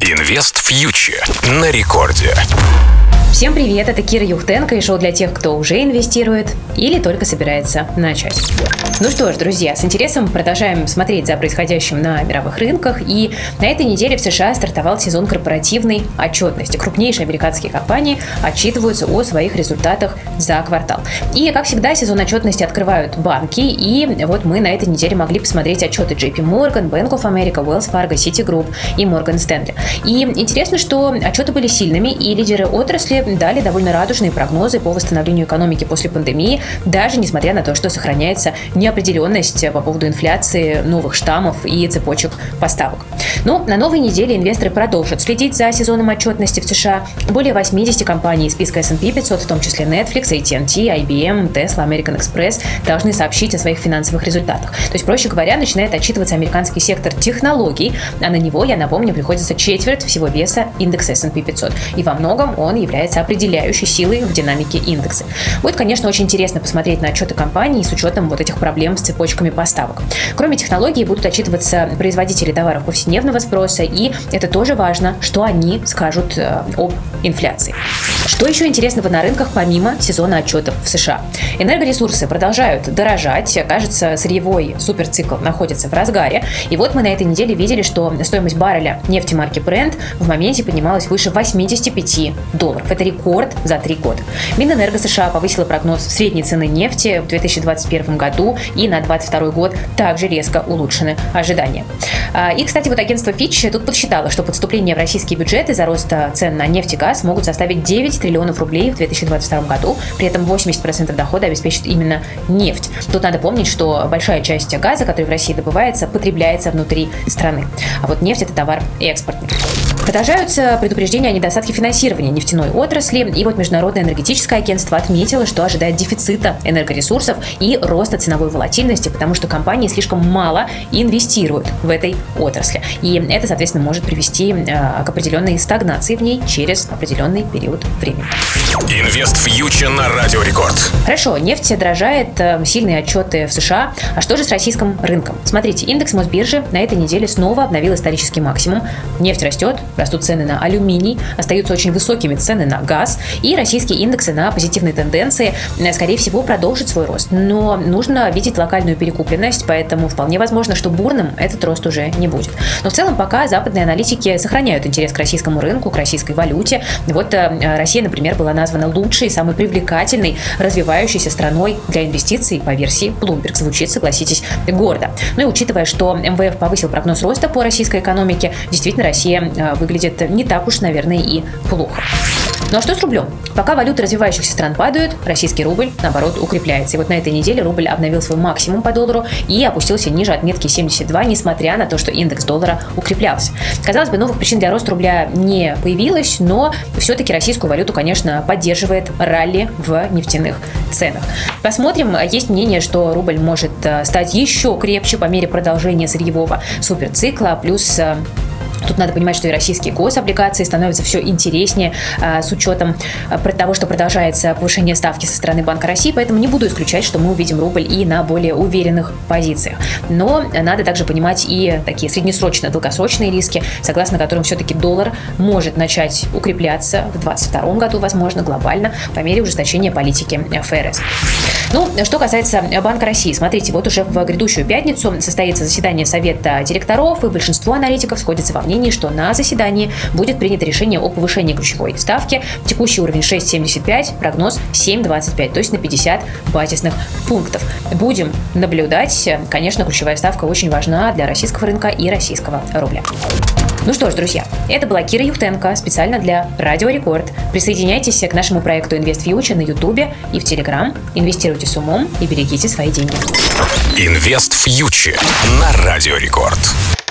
Инвест Фьючер на рекорде. Всем привет, это Кира Юхтенко и шоу для тех, кто уже инвестирует или только собирается начать. Ну что ж, друзья, с интересом продолжаем смотреть за происходящим на мировых рынках. И на этой неделе в США стартовал сезон корпоративной отчетности. Крупнейшие американские компании отчитываются о своих результатах за квартал. И, как всегда, сезон отчетности открывают банки. И вот мы на этой неделе могли посмотреть отчеты JP Morgan, Bank of America, Wells Fargo, Citigroup и Morgan Stanley. И интересно, что отчеты были сильными, и лидеры отрасли дали довольно радужные прогнозы по восстановлению экономики после пандемии, даже несмотря на то, что сохраняется неопределенность по поводу инфляции, новых штаммов и цепочек поставок. Но на новой неделе инвесторы продолжат следить за сезоном отчетности в США. Более 80 компаний из списка S&P 500, в том числе Netflix, AT&T, IBM, Tesla, American Express, должны сообщить о своих финансовых результатах. То есть, проще говоря, начинает отчитываться американский сектор технологий, а на него, я напомню, приходится четверть всего веса индекса S&P 500. И во многом он является определяющей силой в динамике индекса. Будет, конечно, очень интересно посмотреть на отчеты компаний с учетом вот этих проблем с цепочками поставок. Кроме технологий, будут отчитываться производители товаров повседневного спроса, и это тоже важно, что они скажут об инфляции. Что еще интересного на рынках помимо сезона отчетов в США? Энергоресурсы продолжают дорожать. Кажется, сырьевой суперцикл находится в разгаре. И вот мы на этой неделе видели, что стоимость барреля нефти марки Brent в моменте поднималась выше $85. Это рекорд за 3 года. Минэнерго США повысила прогноз средней цены нефти в 2021 году, и на 2022 год также резко улучшены ожидания. И, кстати, вот агентство Fitch тут подсчитало, что подступления в российский бюджет из-за роста цен на нефть и газ могут составить 9 триллионов рублей в 2022 году. При этом 80% дохода обеспечит именно нефть. Тут надо помнить, что большая часть газа, который в России добывается, потребляется внутри страны. А вот нефть – это товар экспортный. Продолжаются предупреждения о недостатке финансирования нефтяной отрасли. И вот Международное энергетическое агентство отметило, что ожидает дефицита энергоресурсов и роста ценовой волатильности, потому что компании слишком мало инвестируют в этой отрасли. И это, соответственно, может привести к определенной стагнации в ней через определенный период времени. Инвест Фьючер на Радио Рекорд. Хорошо, нефть дорожает, сильные отчеты в США. А что же с российским рынком? Смотрите, индекс Мосбиржи на этой неделе снова обновил исторический максимум. Нефть растет, растут цены на алюминий, остаются очень высокими цены на газ, и российские индексы на позитивной тенденции, скорее всего, продолжат свой рост. Но нужно видеть локальную перекупленность, поэтому вполне возможно, что бурным этот рост уже не будет. Но в целом пока западные аналитики сохраняют интерес к российскому рынку, к российской валюте. Вот Россия, например, была названа лучшей, самой привлекательной, развивающейся страной для инвестиций по версии Bloomberg. Звучит, согласитесь, гордо. Ну и учитывая, что МВФ повысил прогноз роста по российской экономике, действительно Россия выглядит не так уж, наверное, и плохо. Ну а что с рублем? Пока валюты развивающихся стран падают, российский рубль, наоборот, укрепляется. И вот на этой неделе рубль обновил свой максимум по доллару и опустился ниже отметки 72, несмотря на то, что индекс доллара укреплялся. Казалось бы, новых причин для роста рубля не появилось, но все-таки российскую валюту, конечно, поддерживает ралли в нефтяных ценах. Посмотрим. Есть мнение, что рубль может стать еще крепче по мере продолжения сырьевого суперцикла, плюс тут надо понимать, что и российские гособлигации становятся все интереснее с учетом того, что продолжается повышение ставки со стороны Банка России, поэтому не буду исключать, что мы увидим рубль и на более уверенных позициях. Но надо также понимать и такие среднесрочно-долгосрочные риски, согласно которым все-таки доллар может начать укрепляться в 2022 году, возможно, глобально, по мере ужесточения политики ФРС. Ну, что касается Банка России, смотрите, вот уже в грядущую пятницу состоится заседание Совета директоров, и большинство аналитиков сходится во мнении, что на заседании будет принято решение о повышении ключевой ставки. Текущий уровень 6,75, прогноз 7,25, то есть на 50 базисных пунктов. Будем наблюдать. Конечно, ключевая ставка очень важна для российского рынка и российского рубля. Ну что ж, друзья, это была Кира Юхтенко специально для Радио Рекорд. Присоединяйтесь к нашему проекту Инвест Фьючер на Ютубе и в Телеграм. Инвестируйте с умом и берегите свои деньги. Инвест Фьючер на Радио Рекорд.